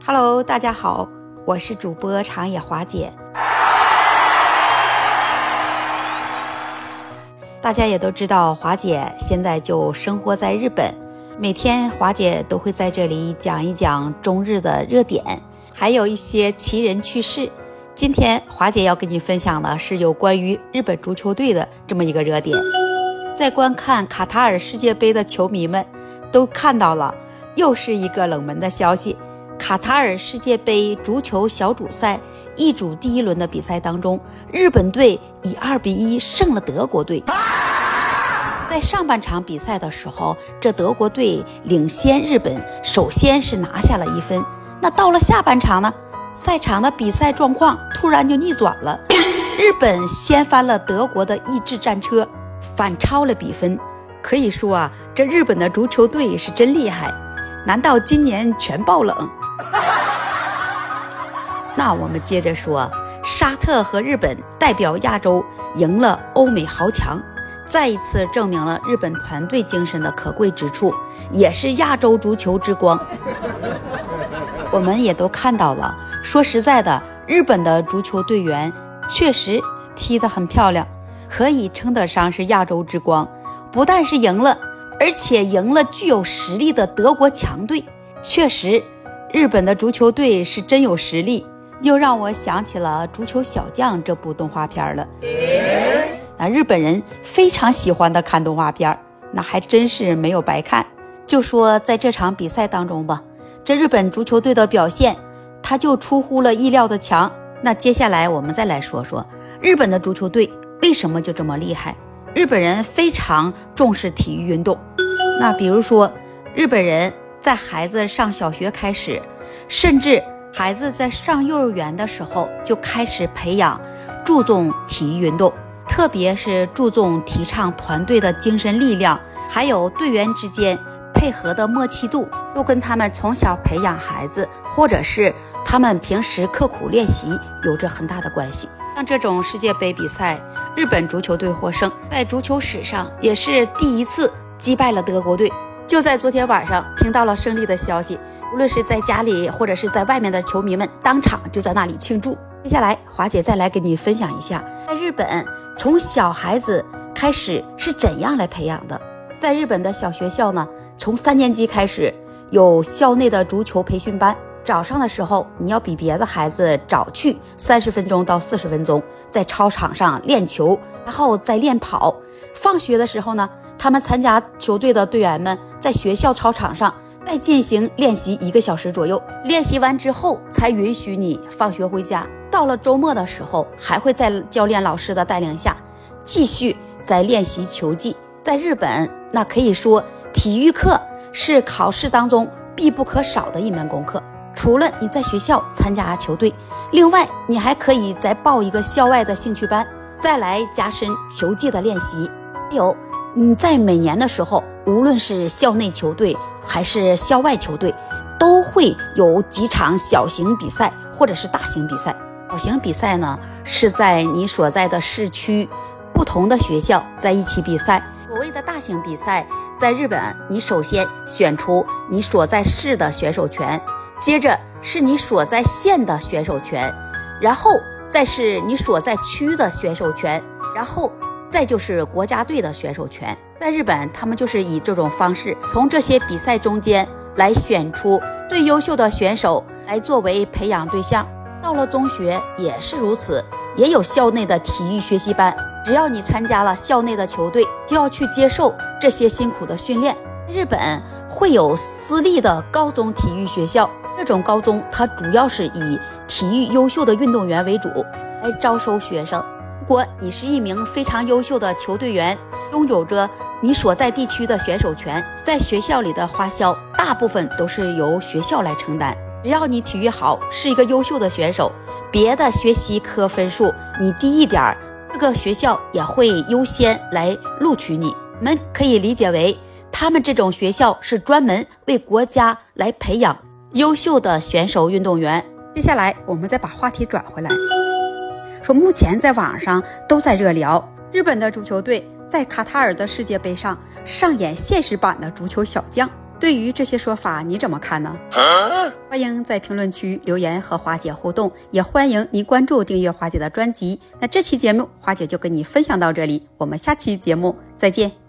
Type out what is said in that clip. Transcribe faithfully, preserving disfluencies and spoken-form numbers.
Hello， 大家好，我是主播长野华姐。大家也都知道，华姐现在就生活在日本，每天华姐都会在这里讲一讲中日的热点，还有一些奇人趣事。今天华姐要跟你分享的是有关于日本足球队的这么一个热点。在观看卡塔尔世界杯的球迷们都看到了，又是一个冷门的消息。卡塔尔世界杯足球小组赛一组第一轮的比赛当中，日本队以二比一胜了德国队。在上半场比赛的时候，这德国队领先日本，首先是拿下了一分。那到了下半场呢，赛场的比赛状况突然就逆转了，日本掀翻了德国的意志战车，反超了比分。可以说啊，这日本的足球队是真厉害，难道今年全爆冷？那我们接着说，沙特和日本代表亚洲赢了欧美豪强，再一次证明了日本团队精神的可贵之处，也是亚洲足球之光。我们也都看到了，说实在的，日本的足球队员确实踢得很漂亮，可以称得上是亚洲之光。不但是赢了，而且赢了具有实力的德国强队。确实，日本的足球队是真有实力，又让我想起了《足球小将》这部动画片了。那日本人非常喜欢的看动画片，那还真是没有白看。就说在这场比赛当中吧，这日本足球队的表现，他就出乎了意料的强。那接下来我们再来说说日本的足球队为什么就这么厉害。日本人非常重视体育运动，那比如说日本人在孩子上小学开始，甚至孩子在上幼儿园的时候就开始培养注重体育运动，特别是注重提倡团队的精神力量，还有队员之间配合的默契度，都跟他们从小培养孩子，或者是他们平时刻苦练习有着很大的关系。像这种世界杯比赛，日本足球队获胜，在足球史上也是第一次击败了德国队。就在昨天晚上听到了胜利的消息，无论是在家里或者是在外面的球迷们当场就在那里庆祝。接下来华姐再来给你分享一下，在日本从小孩子开始是怎样来培养的。在日本的小学校呢，从三年级开始有校内的足球培训班，早上的时候你要比别的孩子早去三十分钟到四十分钟，在操场上练球，然后再练跑。放学的时候呢，他们参加球队的队员们在学校操场上再进行练习一个小时左右，练习完之后才允许你放学回家。到了周末的时候，还会在教练老师的带领下继续在练习球技。在日本，那可以说体育课是考试当中必不可少的一门功课。除了你在学校参加球队，另外你还可以再报一个校外的兴趣班，再来加深球技的练习。还有你在每年的时候，无论是校内球队还是校外球队，都会有几场小型比赛或者是大型比赛。小型比赛呢，是在你所在的市区不同的学校在一起比赛。所谓的大型比赛，在日本你首先选出你所在市的选手权，接着是你所在县的选手权，然后再是你所在区的选手权，然后再就是国家队的选手权。在日本，他们就是以这种方式从这些比赛中间来选出最优秀的选手来作为培养对象。到了中学也是如此，也有校内的体育学习班，只要你参加了校内的球队，就要去接受这些辛苦的训练。日本会有私立的高中体育学校，这种高中它主要是以体育优秀的运动员为主来招收学生。如果你是一名非常优秀的球队员，拥有着你所在地区的选手权，在学校里的花销大部分都是由学校来承担。只要你体育好，是一个优秀的选手，别的学习科分数你低一点，这个学校也会优先来录取你。你们可以理解为他们这种学校是专门为国家来培养优秀的选手运动员。接下来我们再把话题转回来，说目前在网上都在热聊日本的足球队在卡塔尔的世界杯上上演现实版的足球小将， 对于这些说法你怎么看呢？欢迎在评论区留言和华姐互动，也欢迎你关注订阅华姐的专辑。那这期节目华姐就跟你分享到这里，我们下期节目再见。